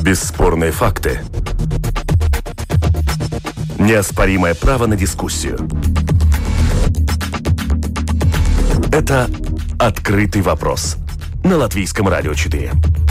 Бесспорные факты. Неоспоримое право на дискуссию. Это «Открытый вопрос» на Латвийском радио 4.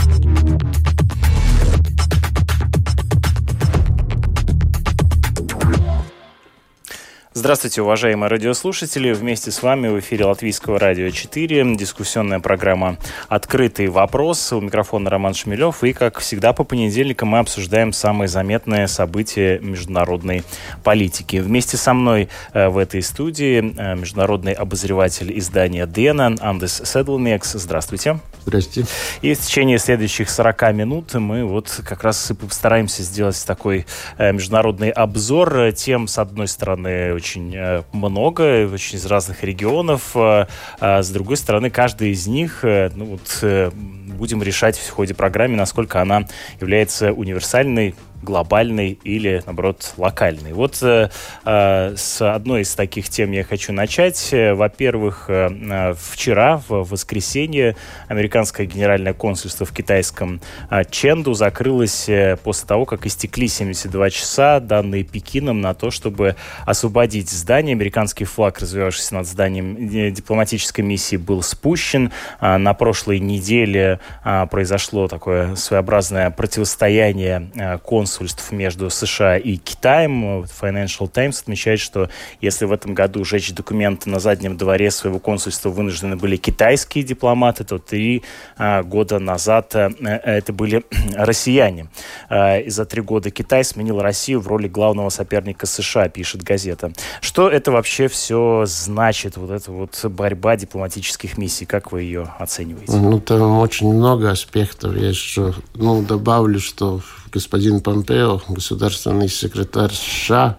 Здравствуйте, уважаемые радиослушатели. Вместе с вами в эфире Латвийского радио 4. Дискуссионная программа «Открытый вопрос». У микрофона Роман Шмелев. И, как всегда, по понедельникам мы обсуждаем самые заметные события международной политики. Вместе со мной в этой студии международный обозреватель издания «Дена» Андес Седлмекс. Здравствуйте. Здравствуйте. И в течение следующих 40 минут мы вот как раз и постараемся сделать такой международный обзор тем, с одной стороны, очень много, очень из разных регионов, а с другой стороны, каждый из них будем решать в ходе программы, насколько она является универсальной, глобальной или, наоборот, локальной. Вот с одной из таких тем я хочу начать. Во-первых, вчера, в воскресенье, американское генеральное консульство в китайском Чэнду закрылось после того, как истекли 72 часа, данные Пекином, на то, чтобы освободить здание. Американский флаг, развивавшийся над зданием дипломатической миссии, был спущен. На прошлой неделе произошло такое своеобразное противостояние консульств между США и Китаем. Financial Times отмечает, что если в этом году сжечь документы на заднем дворе своего консульства вынуждены были китайские дипломаты, то 3 года назад это были россияне. И за 3 года Китай сменил Россию в роли главного соперника США, пишет газета. Что это вообще все значит, вот эта вот борьба дипломатических миссий? Как вы ее оцениваете? Там очень много аспектов. Я еще добавлю, что господин Помпео, государственный секретарь США,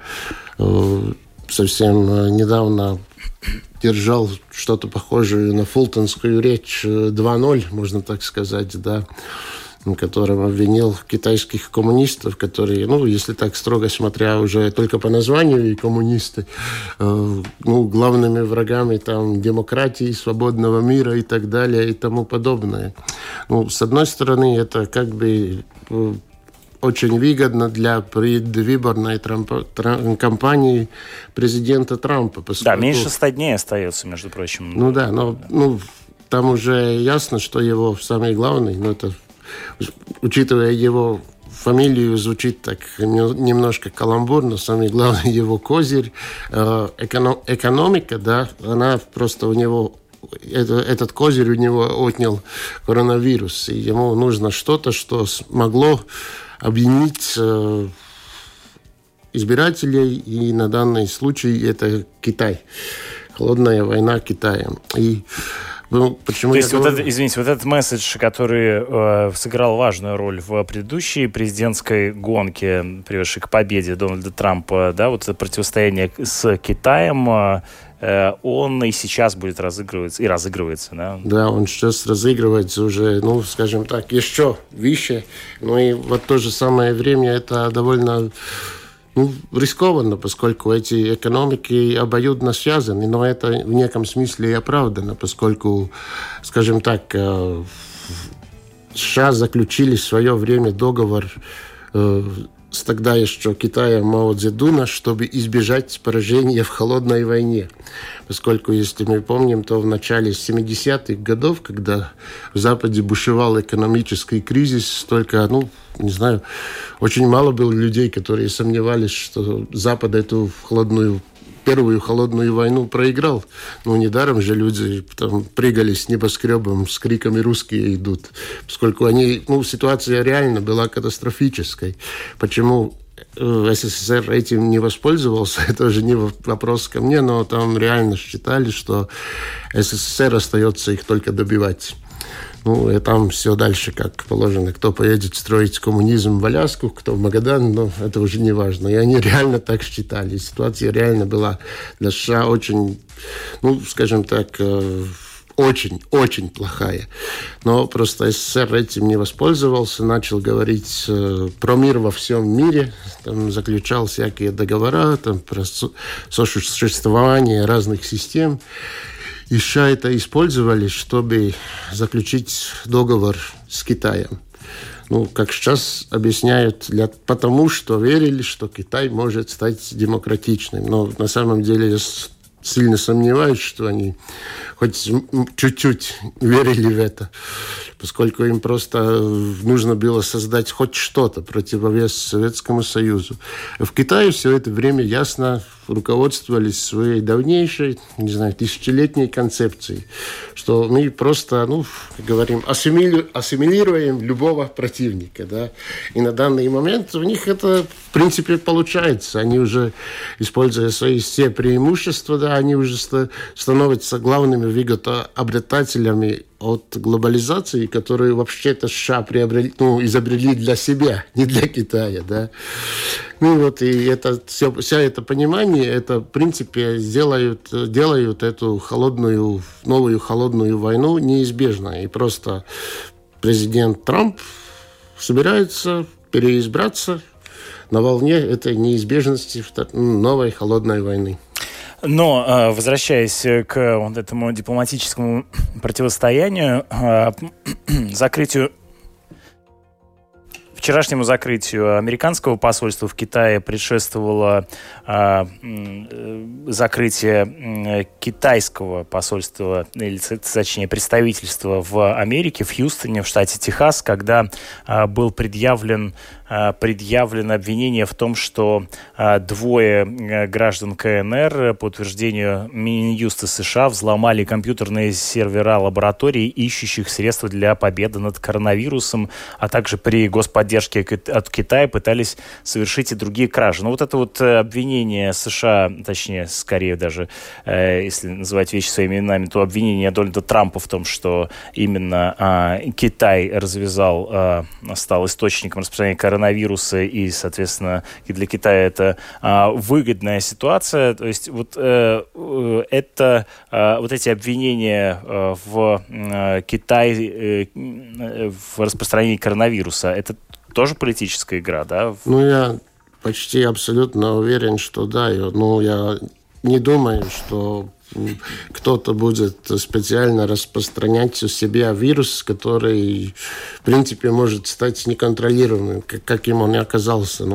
совсем недавно держал что-то похожее на фултонскую речь 2.0, можно так сказать, да, которым обвинил китайских коммунистов, которые, если так строго смотря, уже только по названию и коммунисты, главными врагами там демократии, свободного мира и так далее и тому подобное. С одной стороны, это как бы очень выгодно для предвыборной кампании президента Трампа. Да, меньше 100 дней остается, между прочим. Там уже ясно, что его самый главный, это, учитывая его фамилию, звучит так немножко каламбурно, самый главный его козырь, экономика, да, она просто у него... Этот козырь у него отнял коронавирус, и ему нужно что-то, что смогло объединить избирателей, и на данный случай это Китай. Холодная война Китаем. И почему То есть, этот месседж, который сыграл важную роль в предыдущей президентской гонке, приведшей к победе Дональда Трампа, да, вот это противостояние с Китаем, он и сейчас будет разыгрываться, и разыгрывается, да? Да, он сейчас разыгрывается уже, скажем так, еще выше. И в то же самое время это довольно рискованно, поскольку эти экономики обоюдно связаны, но это в неком смысле и оправдано, поскольку, скажем так, США заключили в свое время договор с тогда еще Китаем Мао Цзэдуна, чтобы избежать поражения в холодной войне. Поскольку, если мы помним, то в начале 70-х годов, когда в Западе бушевал экономический кризис, только, очень мало было людей, которые сомневались, что Запад эту Первую холодную войну проиграл. Недаром же люди там прыгали с небоскребом с криками «русские идут», поскольку ситуация реально была катастрофической. Почему СССР этим не воспользовался, это уже не вопрос ко мне, но там реально считали, что СССР остается их только добивать. И там все дальше, как положено. Кто поедет строить коммунизм в Аляску, кто в Магадан, это уже не важно. И они реально так считали. Ситуация реально была для США очень, скажем так, очень плохая. Но просто СССР этим не воспользовался, начал говорить про мир во всем мире, там заключал всякие договора про сосуществование разных систем. И США это использовали, чтобы заключить договор с Китаем. как сейчас объясняют, потому что верили, что Китай может стать демократичным. Но на самом деле я сильно сомневаюсь, что они хоть чуть-чуть верили в это, поскольку им просто нужно было создать хоть что-то противовес Советскому Союзу. В Китае все это время ясно руководствовались своей давнейшей, тысячелетней концепцией, что мы просто, как говорим, ассимилируем любого противника, да. И на данный момент у них это, в принципе, получается. Они уже, используя свои все преимущества, да, они уже становятся главными выгодообретателями от глобализации, которую вообще-то США изобрели для себя, не для Китая, да. И это вся это понимание, это, в принципе, делают эту новую холодную войну неизбежной. И просто президент Трамп собирается переизбраться на волне этой неизбежности новой холодной войны. Но, возвращаясь к вот этому дипломатическому противостоянию, вчерашнему закрытию американского посольства в Китае предшествовало закрытие китайского посольства, или, точнее, представительства в Америке, в Хьюстоне, в штате Техас, когда был предъявлено обвинение в том, что двое граждан КНР, по утверждению Минюста США, взломали компьютерные сервера лабораторий, ищущих средства для победы над коронавирусом, а также при господдержке от Китая пытались совершить и другие кражи. Но вот это вот обвинение США, точнее, скорее даже, если называть вещи своими именами, то обвинение Дональда Трампа в том, что именно Китай стал источником распространения коронавируса, и, соответственно, для Китая это выгодная ситуация. То есть вот эти обвинения в Китае в распространении коронавируса, это тоже политическая игра, да? Я почти абсолютно уверен, что да. Я не думаю, что кто-то будет специально распространять у себя вирус, который, в принципе, может стать неконтролируемым, каким он и оказался.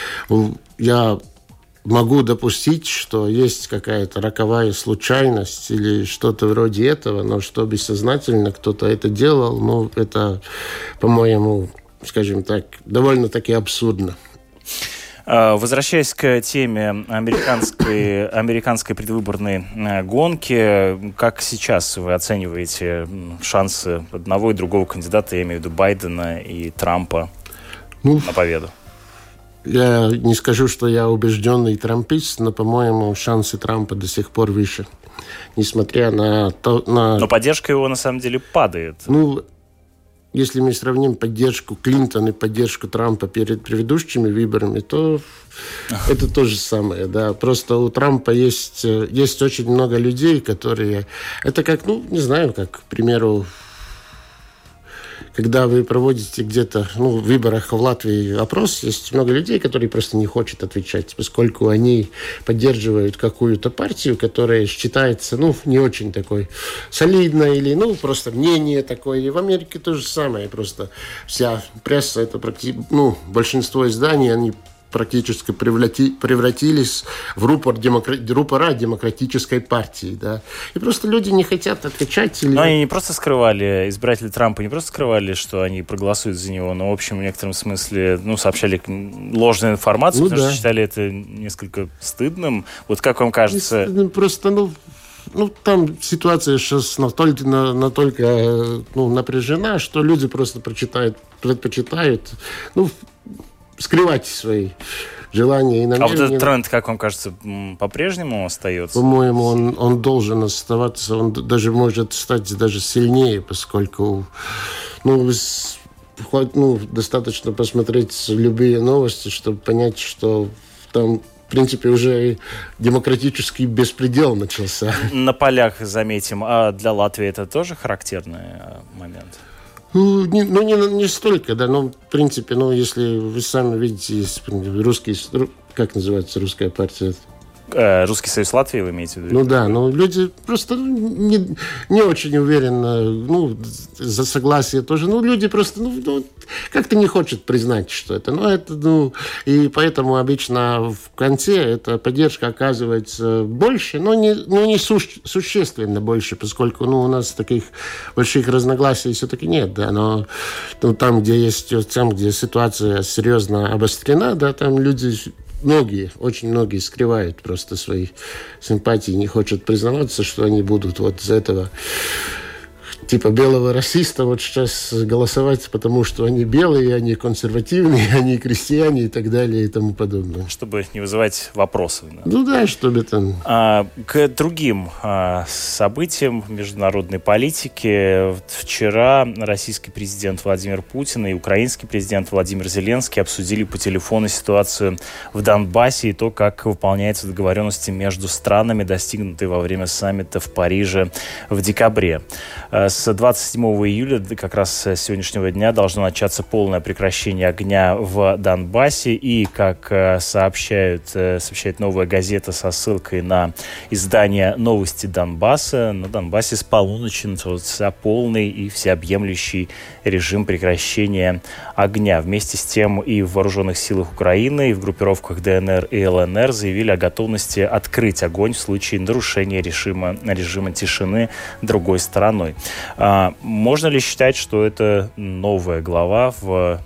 Я могу допустить, что есть какая-то роковая случайность или что-то вроде этого, но чтобы сознательно кто-то это делал, это, по-моему, скажем так, довольно-таки абсурдно. Возвращаясь к теме американской предвыборной гонки, как сейчас вы оцениваете шансы одного и другого кандидата, я имею в виду Байдена и Трампа, на победу? Я не скажу, что я убежденный трампист, но, по-моему, шансы Трампа до сих пор выше. Несмотря на то... Но поддержка его, на самом деле, падает. Если мы сравним поддержку Клинтона и поддержку Трампа перед предыдущими выборами, то это то же самое. Да. Просто у Трампа есть очень много людей, которые... Это как, как, к примеру, когда вы проводите где-то в выборах в Латвии опрос, есть много людей, которые просто не хотят отвечать, поскольку они поддерживают какую-то партию, которая считается, не очень такой солидной, или, просто мнение такое. И в Америке то же самое, просто вся пресса, это большинство изданий, они практически превратились в рупора демократической партии, да. И просто люди не хотят отвечать. Но они не просто скрывали, избиратели Трампа не просто скрывали, что они проголосуют за него, но, в общем, в некотором смысле, сообщали ложную информацию, потому что считали это несколько стыдным. Вот как вам кажется... Просто, там ситуация сейчас настолько напряжена, что люди просто предпочитают, скрывать свои желания и намерения. А вот этот тренд, как вам кажется, по-прежнему остается? По-моему, он должен оставаться, он даже может стать даже сильнее, поскольку достаточно посмотреть любые новости, чтобы понять, что там, в принципе, уже демократический беспредел начался. На полях заметим. А для Латвии это тоже характерный момент? Не столько, да, но, в принципе, если вы сами видите, есть как называется русская партия? Русский Союз Латвии, вы имеете в виду? Ну да, но люди просто не очень уверены, за согласие тоже. Люди просто как-то не хотят признать, что это. И поэтому обычно в конце эта поддержка оказывается больше, но не существенно больше, поскольку у нас таких больших разногласий все-таки нет, да, но там, где ситуация серьезно обострена, да, там люди... Очень многие скрывают просто свои симпатии, не хотят признаваться, что они будут за этого типа белого расиста сейчас голосовать, потому что они белые, они консервативные, они крестьяне и так далее и тому подобное. Чтобы не вызывать вопросов. Чтобы там... К другим событиям международной политики. Вчера российский президент Владимир Путин и украинский президент Владимир Зеленский обсудили по телефону ситуацию в Донбассе и то, как выполняются договоренности между странами, достигнутые во время саммита в Париже в декабре. С 27 июля, как раз с сегодняшнего дня, должно начаться полное прекращение огня в Донбассе. И, как сообщает «Новая газета» со ссылкой на издание «Новости Донбасса», на Донбассе с полуночи начался полный и всеобъемлющий режим прекращения огня. Вместе с тем и в вооруженных силах Украины, и в группировках ДНР и ЛНР заявили о готовности открыть огонь в случае нарушения режима тишины другой стороной. Можно ли считать, что это новая глава в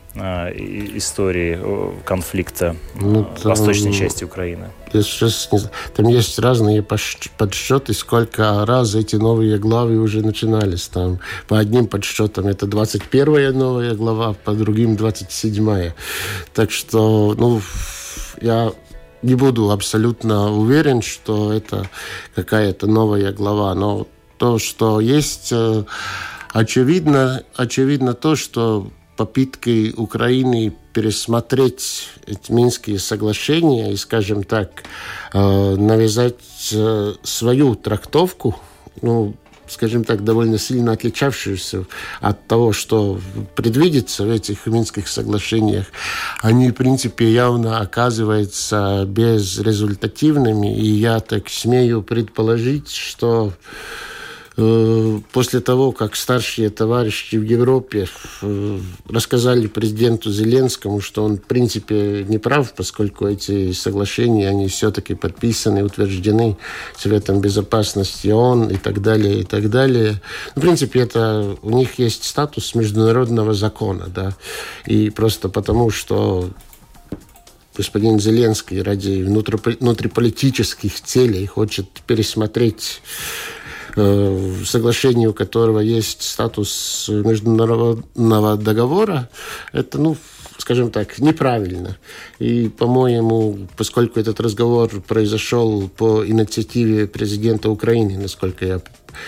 истории конфликта в восточной части Украины? Там есть разные подсчеты, сколько раз эти новые главы уже начинались. Там, по одним подсчетам это 21-я новая глава, по другим 27-я. Так что, я не буду абсолютно уверен, что это какая-то новая глава, но то, что есть, очевидно то, что попытки Украины пересмотреть эти Минские соглашения и, скажем так, навязать свою трактовку, скажем так, довольно сильно отличавшуюся от того, что предвидится в этих Минских соглашениях, они, в принципе, явно оказываются безрезультативными. И я так смею предположить, что после того, как старшие товарищи в Европе рассказали президенту Зеленскому, что он, в принципе, не прав, поскольку эти соглашения, они все-таки подписаны, утверждены Советом Безопасности ООН и так далее, и так далее. В принципе, это у них есть статус международного закона, да, и просто потому, что господин Зеленский ради внутриполитических целей хочет пересмотреть соглашение, у которого есть статус международного договора, это, скажем так, неправильно. И, по-моему, поскольку этот разговор произошел по инициативе президента Украины, насколько я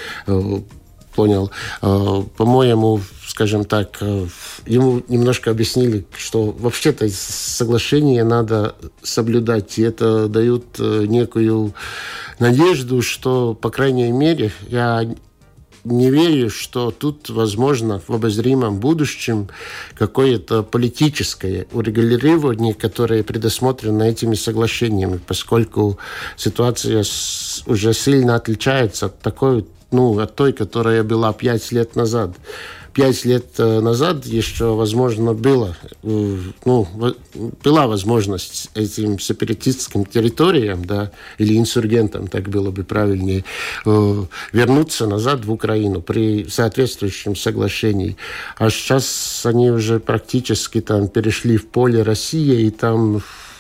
понял, по-моему, скажем так, ему немножко объяснили, что вообще-то соглашение надо соблюдать, и это дает некую надежду, что, по крайней мере, я не верю, что тут возможно в обозримом будущем какое-то политическое урегулирование, которое предусмотрено этими соглашениями, поскольку ситуация уже сильно отличается от той, которая была 5 лет назад. 5 лет назад еще, возможно, была возможность этим сепаратистским территориям, да, или инсургентам, так было бы правильнее, вернуться назад в Украину при соответствующем соглашении. А сейчас они уже практически там перешли в поле России, и там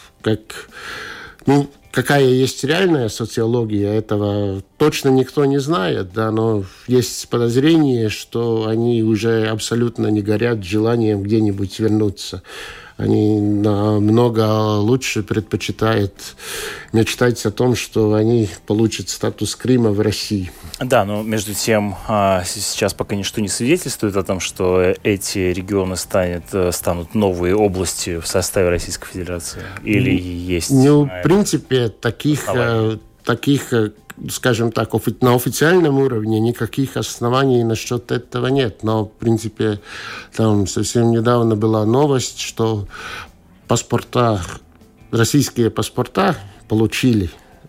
какая есть реальная социология этого, точно никто не знает, да, но есть подозрение, что они уже абсолютно не горят желанием где-нибудь вернуться. Они намного лучше предпочитают мечтать о том, что они получат статус Крыма в России. Да, но между тем сейчас пока ничто не свидетельствует о том, что эти регионы станут новые области в составе Российской Федерации. Или есть... В принципе, таких, скажем так, на официальном уровне никаких оснований насчет этого нет. Но, в принципе, там совсем недавно была новость, что российские паспорта получили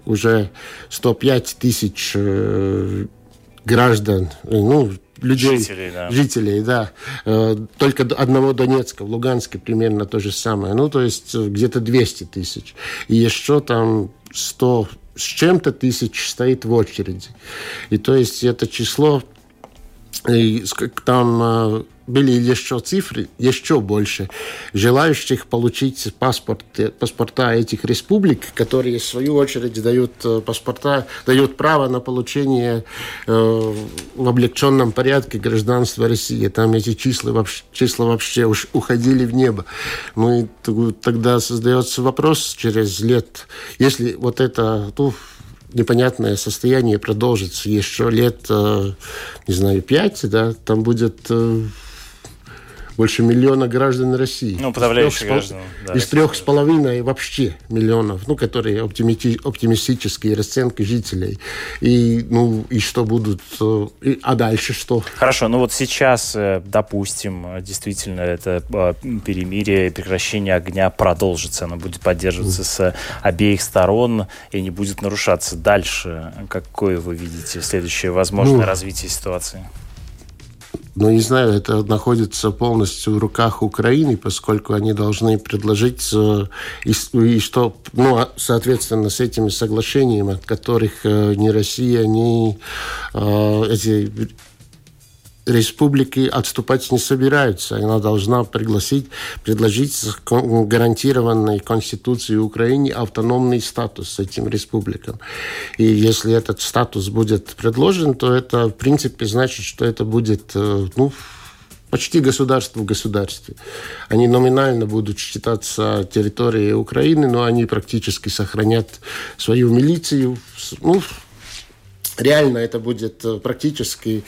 уже 105 тысяч граждан, людей, жителей, да. Только одного Донецка, в Луганске примерно то же самое. То есть где-то 200 тысяч. И еще там 100 с чем-то тысяч стоит в очереди. И то есть это число, и там были еще цифры, еще больше желающих получить паспорта этих республик, которые в свою очередь дают право на получение в облегченном порядке гражданства России. Там эти числа вообще уж уходили в небо. И тогда создается вопрос через лет, если вот это непонятное состояние продолжится еще лет, 5, да, там будет больше миллиона граждан России. Подавляющее граждан. Из 3,5 вообще миллионов, которые оптимистические расценки жителей. И что будут... А дальше что? Хорошо, сейчас, допустим, действительно это перемирие, прекращение огня продолжится. Оно будет поддерживаться с обеих сторон и не будет нарушаться. Дальше какое вы видите следующее возможное развитие ситуации? Не знаю, это находится полностью в руках Украины, поскольку они должны предложить, соответственно, с этими соглашениями, от которых ни Россия, ни эти республики отступать не собираются. Она должна предложить гарантированной Конституцией Украине автономный статус этим республикам. И если этот статус будет предложен, то это, в принципе, значит, что это будет, почти государство в государстве. Они номинально будут считаться территорией Украины, но они практически сохранят свою милицию. Реально это будет практически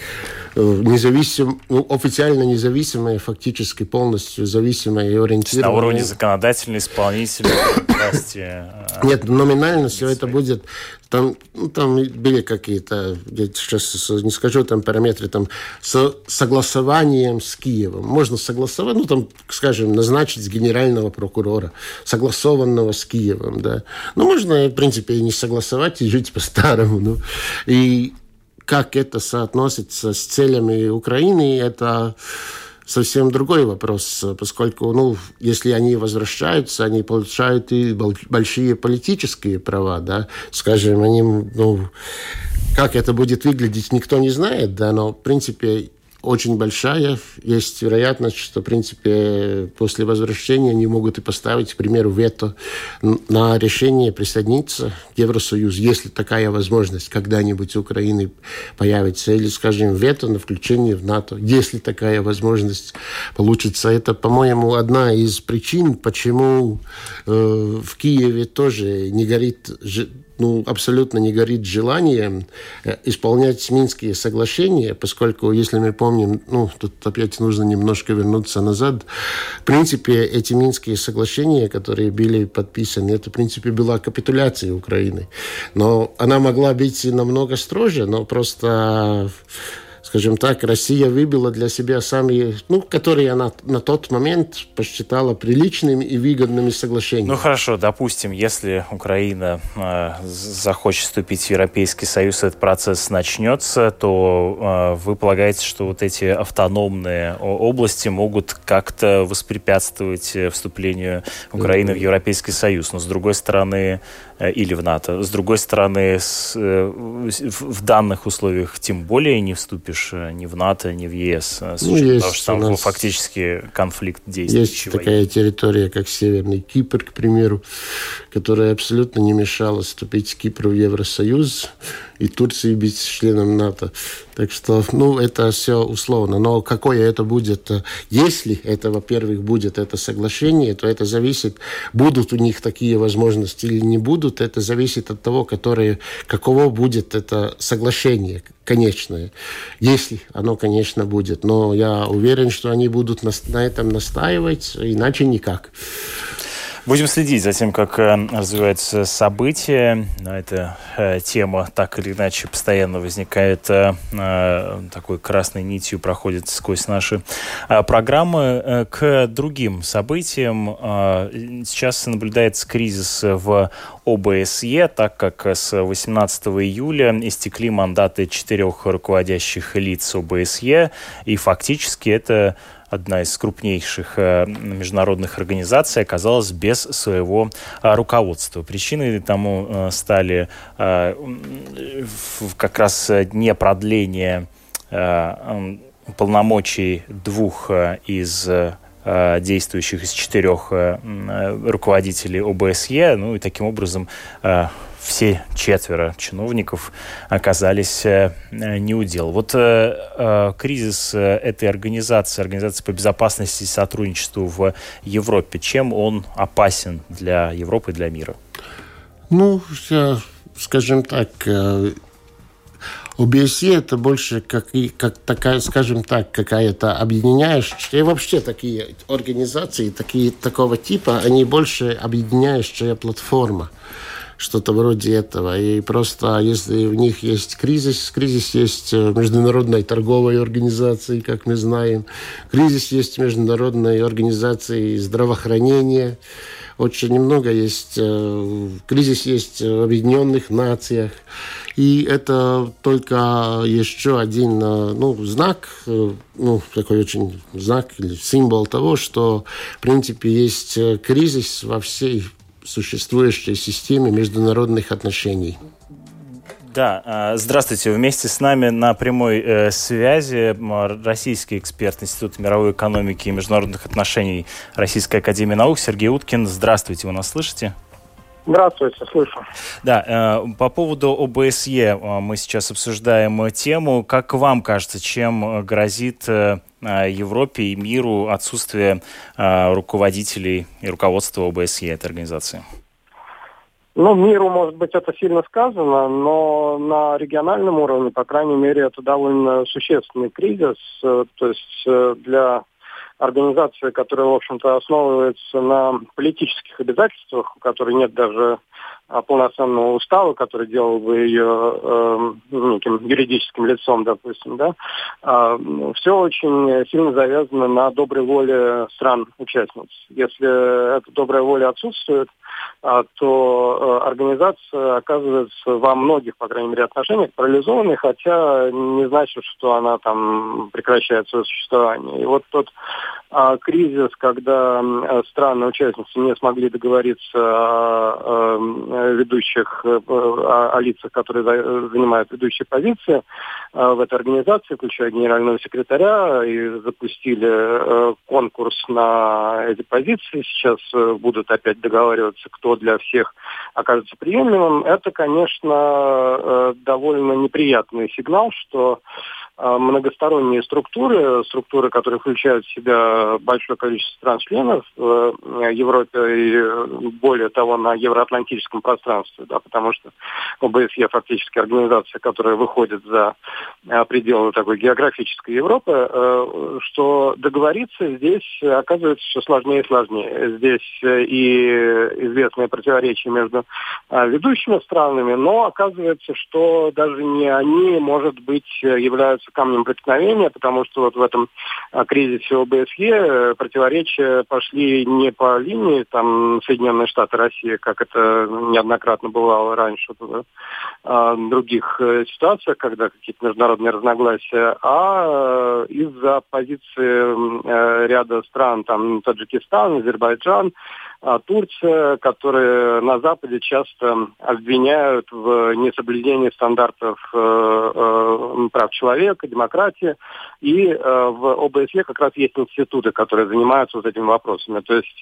официально независимое, фактически полностью зависимое и ориентированное. На уровне законодательной, исполнительной власти. Нет, номинально все это будет. Там были какие-то, я сейчас не скажу там параметры, с согласованием с Киевом. Можно согласовать, назначить генерального прокурора, согласованного с Киевом, да. Можно, в принципе, и не согласовать, и жить по-старому. И как это соотносится с целями Украины, это совсем другой вопрос, поскольку, если они возвращаются, они получают и большие политические права, да, скажем, как это будет выглядеть, никто не знает, да, но, в принципе, очень большая. Есть вероятность, что, в принципе, после возвращения они могут и поставить, к примеру, вето на решение присоединиться к Евросоюзу, если такая возможность когда-нибудь у Украины появится. Или, скажем, вето на включение в НАТО, если такая возможность получится. Это, по-моему, одна из причин, почему в Киеве тоже не горит... абсолютно не горит желанием исполнять Минские соглашения, поскольку, если мы помним, тут опять нужно немножко вернуться назад, в принципе, эти Минские соглашения, которые были подписаны, это, в принципе, была капитуляция Украины. Но она могла быть намного строже, но просто... Скажем так, Россия выбила для себя самые, которые она на тот момент посчитала приличными и выгодными соглашениями. Хорошо, допустим, если Украина захочет вступить в Европейский Союз, этот процесс начнется, то вы полагаете, что вот эти автономные области могут как-то воспрепятствовать вступлению Украины в Европейский Союз, но с другой стороны, или в НАТО. С другой стороны, в данных условиях тем более не вступишь ни в НАТО, ни в ЕС, потому что там фактически конфликт действий. Есть такая территория, как Северный Кипр, к примеру, которая абсолютно не мешала вступить Кипру в Евросоюз и Турции быть членом НАТО. Так что, это все условно. Но какое это будет, если это, во-первых, будет это соглашение, то это зависит, будут у них такие возможности или не будут, это зависит от того, каково будет это соглашение конечное. Если оно, конечно, будет. Но я уверен, что они будут на этом настаивать, иначе никак. Будем следить за тем, как развиваются события. Эта тема так или иначе постоянно возникает, такой красной нитью проходит сквозь наши программы. К другим событиям. Сейчас наблюдается кризис в ОБСЕ, так как с 18 июля истекли мандаты 4 руководящих лиц ОБСЕ, и фактически это одна из крупнейших международных организаций оказалась без своего руководства. Причиной тому стали как раз не продление полномочий 2 из действующих из 4 руководителей ОБСЕ, ну и таким образом все 4 чиновников оказались не у дел. Вот кризис этой организации по безопасности и сотрудничеству в Европе, чем он опасен для Европы и для мира? Ну, скажем так, ОБСЕ это больше как такая, скажем так, какая-то объединяющая, и вообще такие организации, такого типа, они больше объединяющая платформа. Что-то вроде этого. И просто если в них есть кризис есть в Международной торговой организации, как мы знаем, кризис есть в Международной организации здравоохранения, очень много есть, кризис есть в Объединенных Нациях. И это только еще один знак, такой очень знак или символ того, что, в принципе, есть кризис во всей существующей системе международных отношений. Да, здравствуйте. Вместе с нами на прямой связи российский эксперт Института мировой экономики и международных отношений Российской академии наук Сергей Уткин. Здравствуйте, вы нас слышите? Здравствуйте, слышу. Да, по поводу ОБСЕ мы сейчас обсуждаем тему. Как вам кажется, чем грозит Европе и миру отсутствие руководителей и руководства ОБСЕ, этой организации? Миру, может быть, это сильно сказано, но на региональном уровне, по крайней мере, это довольно существенный кризис. То есть для организации, которая, в общем-то, основывается на политических обязательствах, у которой нет даже полноценного устава, который делал бы ее неким юридическим лицом, допустим, да, все очень сильно завязано на доброй воле стран-участниц. Если эта добрая воля отсутствует, то организация оказывается во многих, по крайней мере, отношениях парализованной, хотя не значит, что она там прекращает свое существование. И вот тот кризис, когда страны-участницы не смогли договориться о ведущих, о лицах, которые занимают ведущие позиции в этой организации, включая генерального секретаря, и запустили конкурс на эти позиции. Сейчас будут опять договариваться, кто для всех окажется приемлемым. Это, конечно, довольно неприятный сигнал, что многосторонние структуры, которые включают в себя большое количество стран-членов в Европе и, более того, на евроатлантическом пространстве, да, потому что ОБСЕ фактически организация, которая выходит за пределы такой географической Европы, что договориться здесь оказывается все сложнее и сложнее. Здесь и известные противоречия между ведущими странами, но оказывается, что даже не они, может быть, являются камнем преткновения, потому что вот в этом кризисе ОБСЕ противоречия пошли не по линии там Соединенные Штаты, Россия, как это неоднократно бывало раньше в других ситуациях, когда какие-то международные разногласия, а из-за позиции ряда стран, там Таджикистан, Азербайджан, Турция, которые на Западе часто обвиняют в несоблюдении стандартов прав человека, демократии. И в ОБСЕ как раз есть институты, которые занимаются вот этими вопросами. То есть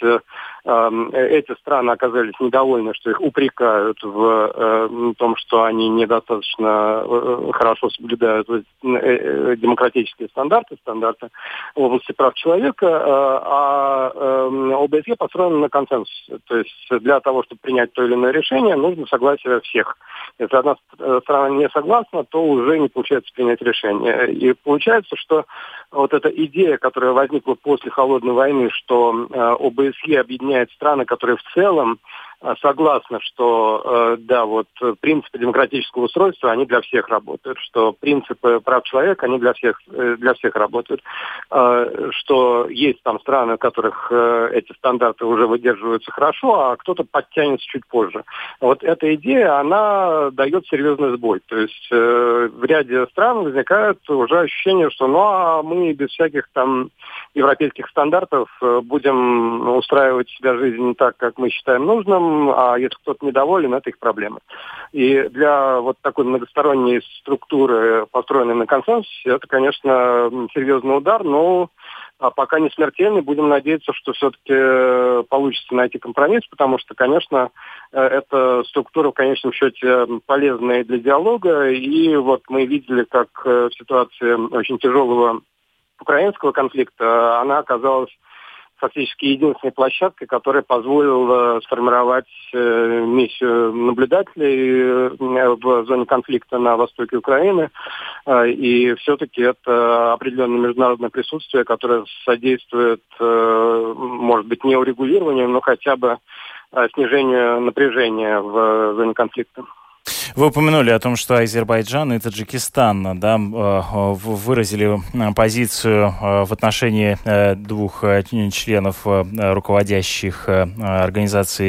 эти страны оказались недовольны, что их упрекают в том, что они недостаточно хорошо соблюдают демократические стандарты в области прав человека. А ОБСЕ построена на концепции консенсусе. То есть для того, чтобы принять то или иное решение, нужно согласие всех. Если одна страна не согласна, то уже не получается принять решение. И получается, что вот эта идея, которая возникла после Холодной войны, что ОБСЕ объединяет страны, которые в целом согласны, что принципы демократического устройства, они для всех работают, что принципы прав человека, они для всех работают, что есть там страны, в которых эти стандарты уже выдерживаются хорошо, а кто-то подтянется чуть позже. Вот эта идея, она дает серьезный сбой. То есть в ряде стран возникает уже ощущение, что мы без всяких там европейских стандартов будем устраивать себя жизнь так, как мы считаем нужным, а если кто-то недоволен, это их проблема. И для вот такой многосторонней структуры, построенной на консенсусе, это, конечно, серьезный удар, но пока не смертельный. Будем надеяться, что все-таки получится найти компромисс, потому что, конечно, эта структура в конечном счете полезная для диалога. И вот мы видели, как в ситуации очень тяжелого украинского конфликта она оказалась фактически единственной площадкой, которая позволила сформировать миссию наблюдателей в зоне конфликта на востоке Украины. И все-таки это определенное международное присутствие, которое содействует, может быть, не урегулированию, но хотя бы снижению напряжения в зоне конфликта. Вы упомянули о том, что Азербайджан и Таджикистан выразили позицию в отношении двух членов руководящих организаций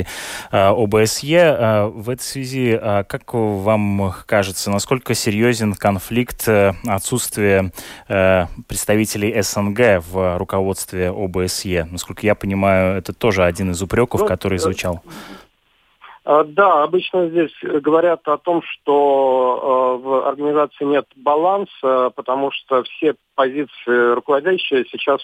ОБСЕ. В этой связи, как вам кажется, насколько серьезен конфликт отсутствия представителей СНГ в руководстве ОБСЕ? Насколько я понимаю, это тоже один из упреков, который звучал. Да, обычно здесь говорят о том, что в организации нет баланса, потому что все позиции руководящие сейчас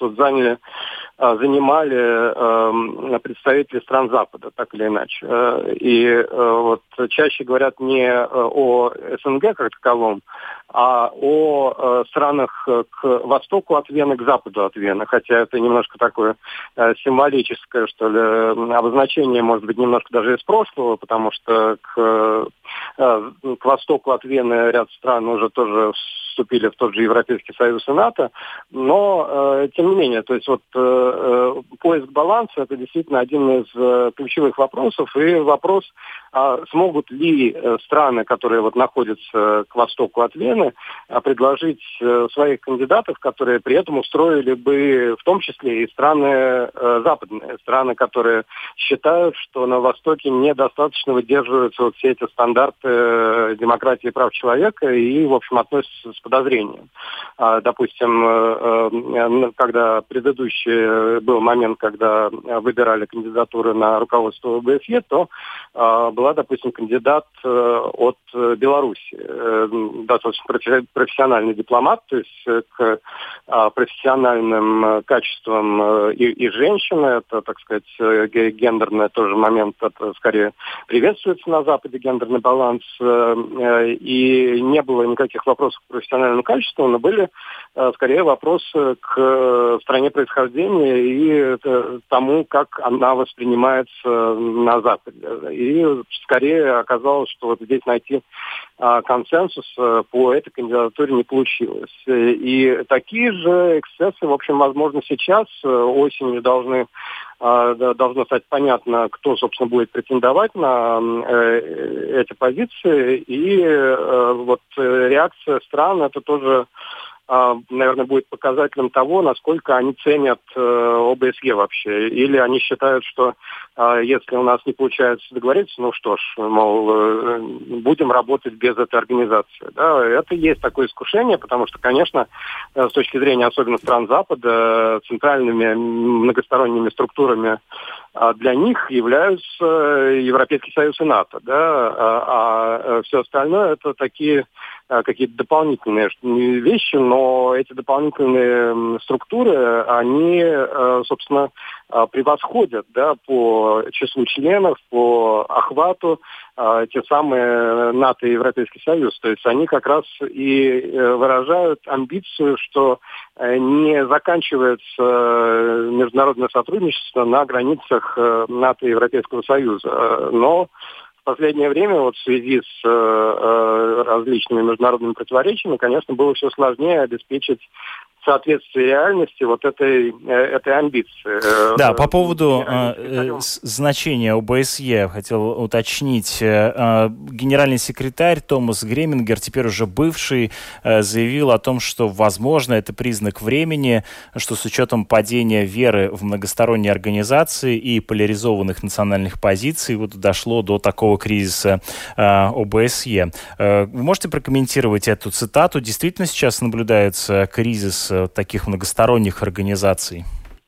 занимали представители стран Запада, так или иначе. И чаще говорят не о СНГ как таковом, а о странах к востоку от Вены, к западу от Вены. Хотя это немножко такое символическое, что ли, обозначение, может быть, немножко даже из прошлого, потому что к востоку от Вены ряд стран уже тоже вступили в тот же Европейский Союз и НАТО, но тем не менее, то есть поиск баланса — это действительно один из ключевых вопросов, и вопрос, смогут ли страны, которые находятся к востоку от Вены, предложить своих кандидатов, которые при этом устроили бы в том числе и страны западные, страны, которые считают, что на Востоке недостаточно выдерживаются все эти стандарты демократии и прав человека и, в общем, относятся с подозрением. Допустим, когда предыдущий был момент, когда выбирали кандидатуры на руководство ОБСЕ, то была, допустим, кандидат от Беларуси, достаточно профессиональный дипломат, то есть к профессиональным качествам и женщины, это, так сказать, гендерный тоже момент, это скорее приветствуется на Западе, гендерный баланс, и не было никаких вопросов к профессиональному качеству, но были скорее вопросы к стране происхождения и тому, как она воспринимается на Западе. И скорее оказалось, что здесь найти консенсус по этой кандидатуре не получилось. И такие же эксцессы, в общем, возможно, сейчас осенью должно стать понятно, кто, собственно, будет претендовать на эти позиции. И реакция стран, это тоже, наверное, будет показателем того, насколько они ценят ОБСЕ вообще. Или они считают, что если у нас не получается договориться, ну что ж, мол, будем работать без этой организации. Да, это есть такое искушение, потому что, конечно, с точки зрения особенно стран Запада, центральными многосторонними структурами для них являются Европейский Союз и НАТО. Да, а все остальное — это такие какие-то дополнительные вещи, но эти дополнительные структуры, они, собственно, превосходят, да, по числу членов, по охвату те самые НАТО и Европейский Союз. То есть они как раз и выражают амбицию, что не заканчивается международное сотрудничество на границах НАТО и Европейского Союза. Но в последнее время, вот в связи с различными международными противоречиями, конечно, было все сложнее обеспечить соответствие реальности вот этой амбиции. Да, по поводу значения ОБСЕ хотел уточнить. Генеральный секретарь Томас Гремингер, теперь уже бывший, заявил о том, что, возможно, это признак времени, что с учетом падения веры в многосторонние организации и поляризованных национальных позиций вот дошло до такого кризиса ОБСЕ. Вы можете прокомментировать эту цитату? Действительно сейчас наблюдается кризис таких многосторонних организаций?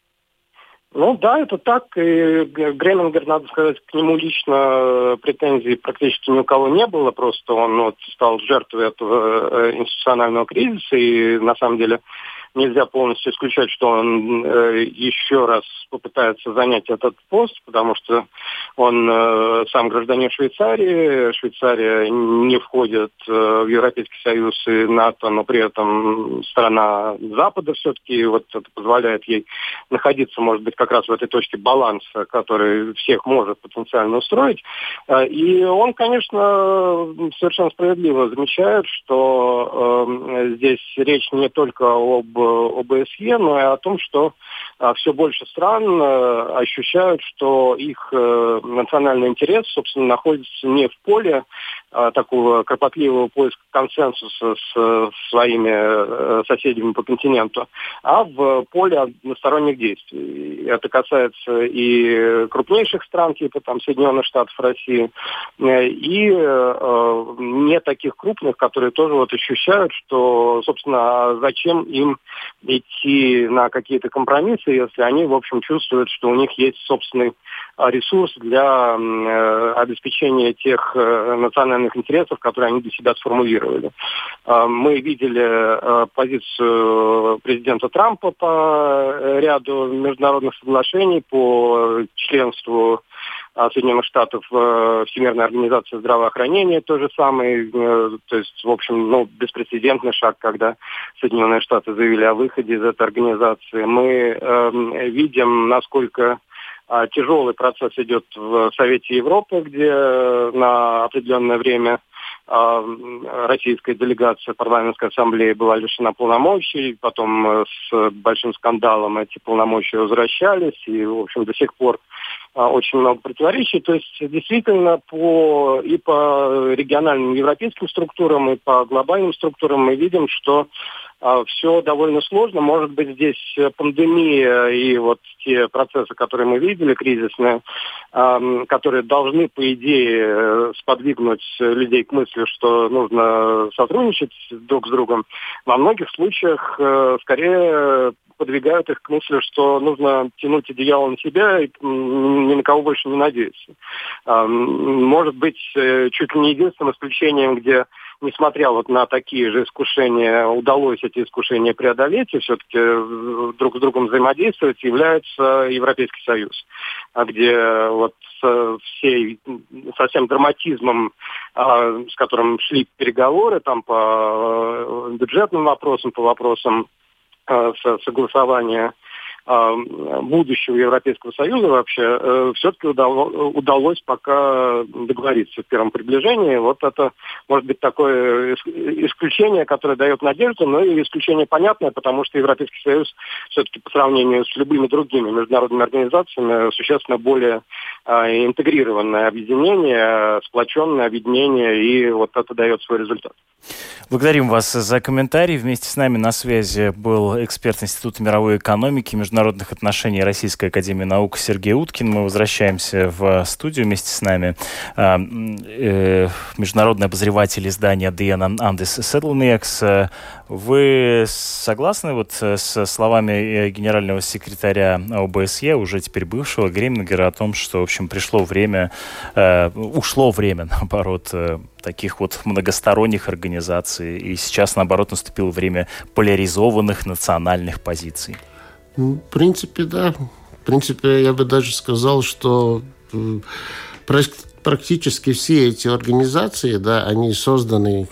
Ну да, это так. И Гремингер, надо сказать, к нему лично претензий практически ни у кого не было. Просто он стал жертвой этого институционального кризиса. И на самом деле нельзя полностью исключать, что он еще раз попытается занять этот пост, потому что он сам гражданин Швейцарии. Швейцария не входит в Европейский Союз и НАТО, но при этом страна Запада все-таки. Вот это позволяет ей находиться, может быть, как раз в этой точке баланса, который всех может потенциально устроить. И он, конечно, совершенно справедливо замечает, что здесь речь не только об ОБСЕ, но и о том, что все больше стран ощущают, что их национальный интерес, собственно, находится не в поле такого кропотливого поиска консенсуса с своими соседями по континенту, а в поле односторонних действий. Это касается и крупнейших стран, типа там Соединенных Штатов, России, и не таких крупных, которые тоже вот ощущают, что, собственно, зачем им идти на какие-то компромиссы, если они, в общем, чувствуют, что у них есть собственный ресурс для обеспечения тех национальных интересов, которые они для себя сформулировали. Мы видели позицию президента Трампа по ряду международных соглашений, по членству Соединенных Штатов в Всемирной организации здравоохранения, то же самое, то есть, в общем, беспрецедентный шаг, когда Соединенные Штаты заявили о выходе из этой организации. Мы видим, насколько тяжелый процесс идет в Совете Европы, где на определенное время российская делегация парламентской ассамблеи была лишена полномочий, потом с большим скандалом эти полномочия возвращались, и, в общем, до сих пор очень много противоречий. То есть, действительно, по региональным европейским структурам, и по глобальным структурам мы видим, что все довольно сложно. Может быть, здесь пандемия и вот те процессы, которые мы видели, кризисные, которые должны, по идее, сподвигнуть людей к мысли, что нужно сотрудничать друг с другом, во многих случаях скорее подвигают их к мысли, что нужно тянуть одеяло на себя и ни на кого больше не надеяться. Может быть, чуть ли не единственным исключением, где, несмотря вот на такие же искушения, удалось эти искушения преодолеть и все-таки друг с другом взаимодействовать, является Европейский Союз, где вот со всем драматизмом, с которым шли переговоры там по бюджетным вопросам, по вопросам согласования будущего Европейского Союза вообще, все-таки удалось пока договориться в первом приближении. Вот это может быть такое исключение, которое дает надежду, но и исключение понятное, потому что Европейский Союз все-таки по сравнению с любыми другими международными организациями существенно более интегрированное объединение, сплоченное объединение, и вот это дает свой результат. Благодарим вас за комментарий. Вместе с нами на связи был эксперт Института мировой экономики, международных международных отношений Российской академии наук Сергей Уткин. Мы возвращаемся в студию. Вместе с нами международный обозреватель издания DN Андис Седлниекс. Вы согласны вот с словами генерального секретаря ОБСЕ, уже теперь бывшего Гремингера, о том, что, в общем, ушло время, наоборот, таких вот многосторонних организаций, и сейчас, наоборот, наступило время поляризованных национальных позиций? В принципе, да. В принципе, я бы даже сказал, что практически все эти организации, да, они созданы,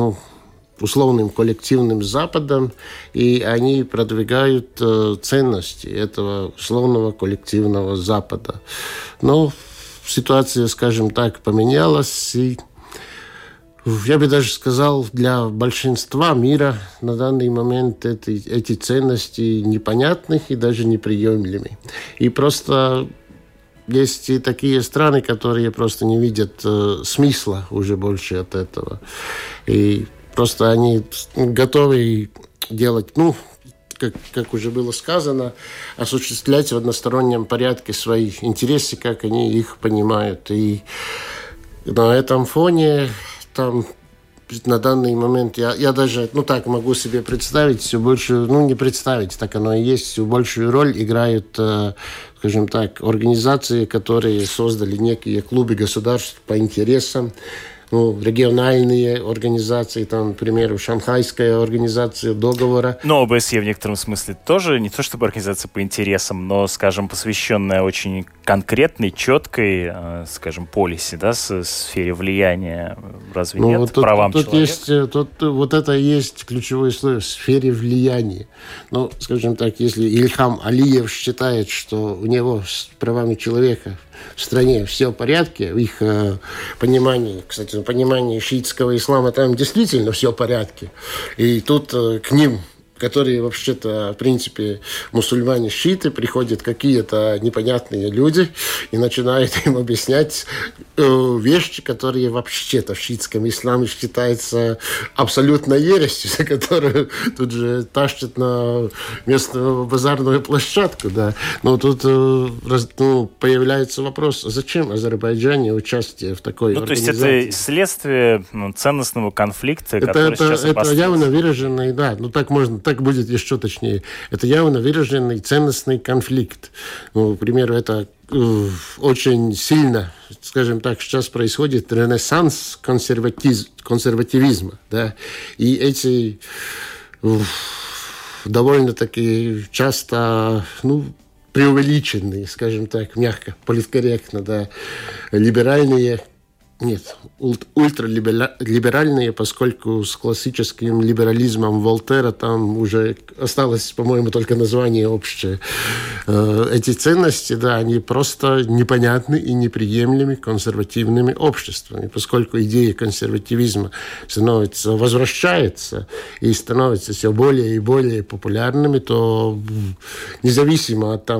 условным коллективным Западом, и они продвигают ценности этого условного коллективного Запада. Но ситуация, скажем так, поменялась, и я бы даже сказал, для большинства мира на данный момент эти ценности непонятны и даже неприемлемы. И просто есть и такие страны, которые просто не видят смысла уже больше от этого. И просто они готовы делать, как уже было сказано, осуществлять в одностороннем порядке свои интересы, как они их понимают. И на этом фоне там на данный момент я даже, могу себе представить, все больше, не представить, так оно и есть, все большую роль играют, скажем так, организации, которые создали некие клубы государств по интересам, региональные организации, там, к примеру, Шанхайская организация договора. Но ОБСЕ в некотором смысле тоже не то чтобы организация по интересам, но, скажем, посвященная очень конкретной, четкой, скажем, полиси, да, сфере влияния. Разве нет? Правам человека. Вот это и есть ключевое слово в сфере влияния. Скажем так, если Ильхам Алиев считает, что у него с правами человека в стране все в порядке, в их понимании, кстати, в понимании шиитского ислама там действительно все в порядке. И тут к ним, которые вообще-то, в принципе, мусульмане-шииты, приходят какие-то непонятные люди и начинают им объяснять вещи, которые вообще-то в шиитском исламе считаются абсолютно ересью, за которую тут же тащат на местную базарную площадку. Да. Но тут появляется вопрос, зачем Азербайджане участие в такой организации? То есть это следствие ценностного конфликта, который сейчас обострился. Это явно выраженный, да, так будет еще точнее. Это явно выраженный ценностный конфликт. К примеру, это очень сильно, скажем так, сейчас происходит ренессанс консервативизма. Да? И эти довольно-таки часто преувеличенные, скажем так, мягко, политкорректно, да, ультралиберальные, поскольку с классическим либерализмом Волтера там уже осталось, по-моему, только название общее. Эти ценности, да, они просто непонятны и неприемлемы консервативными обществами, поскольку идея консервативизма возвращается и становится все более и более популярными, то независимо от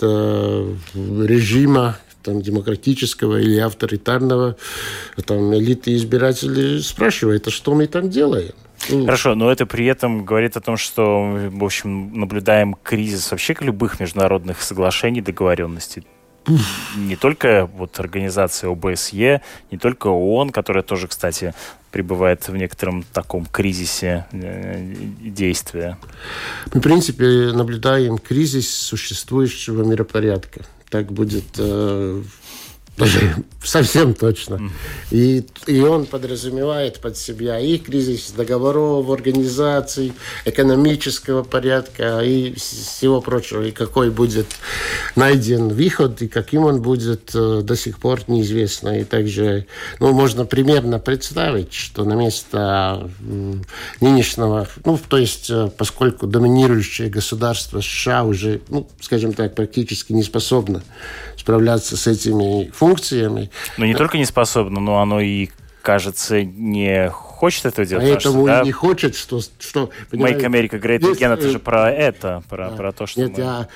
режима, демократического или авторитарного, элиты избирателей спрашивают, а что мы там делаем? Хорошо, но это при этом говорит о том, что, в общем, наблюдаем кризис вообще любых международных соглашений, договоренностей. Не только организация ОБСЕ, не только ООН, которая тоже, кстати, пребывает в некотором таком кризисе действия. Мы, в принципе, наблюдаем кризис существующего миропорядка. Так будет даже совсем точно. И он подразумевает под себя и кризис договоров, организаций, экономического порядка и всего прочего. И какой будет найден выход, и каким он будет, до сих пор неизвестно. И также можно примерно представить, что на место нынешнего, поскольку доминирующее государство США уже, скажем так, практически не способно справляться с этими функциями. Не только не способно, но оно и, кажется, не хочет этого делать. Поэтому что, и не хочет, что Make America Great Again, это же про это, про то, что нет,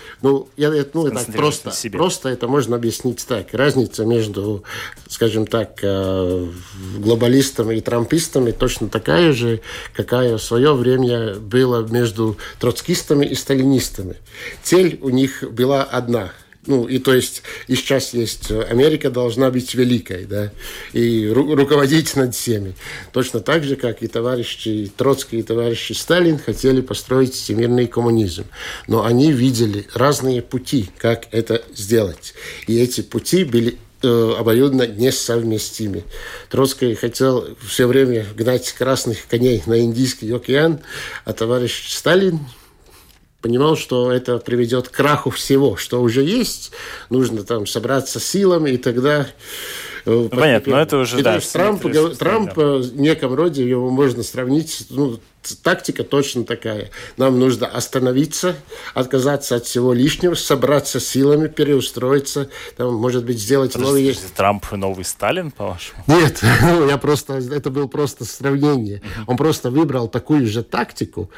это просто это можно объяснить так. Разница между, скажем так, глобалистами и трампистами точно такая же, какая в свое время была между троцкистами и сталинистами. Цель у них была одна. И то есть, и сейчас есть, Америка должна быть великой, да, и руководить над всеми. Точно так же, как и товарищи Троцкий и товарищи Сталин хотели построить всемирный коммунизм. Но они видели разные пути, как это сделать. И эти пути были обоюдно несовместимы. Троцкий хотел все время гнать красных коней на Индийский океан, а товарищ Сталин понимал, что это приведет к краху всего, что уже есть. Нужно там собраться силами, и тогда... Понятно, но это уже, да. Трамп в неком роде его можно сравнить... Тактика точно такая. Нам нужно остановиться, отказаться от всего лишнего, собраться силами, переустроиться, там, может быть, сделать новые... Трамп новый Сталин, по-вашему? Нет, это было просто сравнение. Он просто выбрал такую же тактику.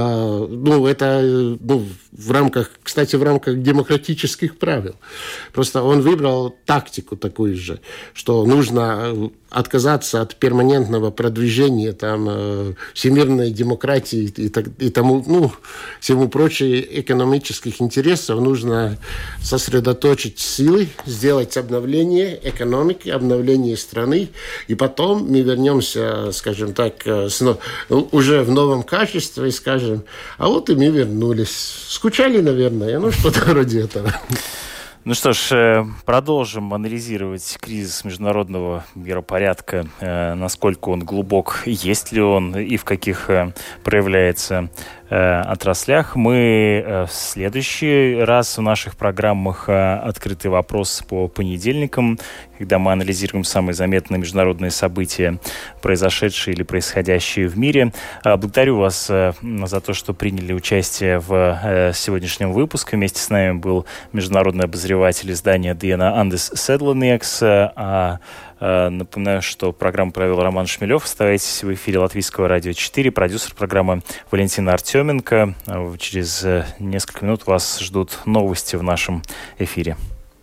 Это в рамках демократических правил. Просто он выбрал тактику такую же, что нужно отказаться от перманентного продвижения там, всемирной демократии и тому, всему прочее экономических интересов. Нужно сосредоточить силы, сделать обновление экономики, обновление страны, и потом мы вернемся, скажем так, уже в новом качестве и скажем, а вот и мы вернулись. Скучали, наверное, что-то вроде этого. Ну что ж, продолжим анализировать кризис международного миропорядка, насколько он глубок, есть ли он и в каких проявляется отраслях. Мы в следующий раз в наших программах «Открытый вопрос» по понедельникам, когда мы анализируем самые заметные международные события, произошедшие или происходящие в мире. Благодарю вас за то, что приняли участие в сегодняшнем выпуске. Вместе с нами был международный обозреватель издания «Диена» Андес Седланекс. Напоминаю, что программу провел Роман Шмелев. Оставайтесь в эфире Латвийского радио 4. Продюсер программы Валентина Артеменко. Через несколько минут вас ждут новости в нашем эфире.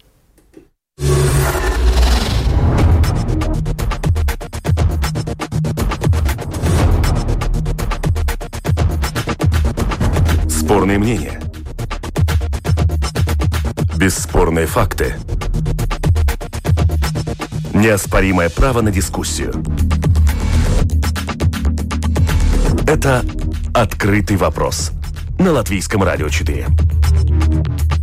Спорные мнения. Бесспорные факты. Неоспоримое право на дискуссию. Это «Открытый вопрос» на Латвийском радио 4.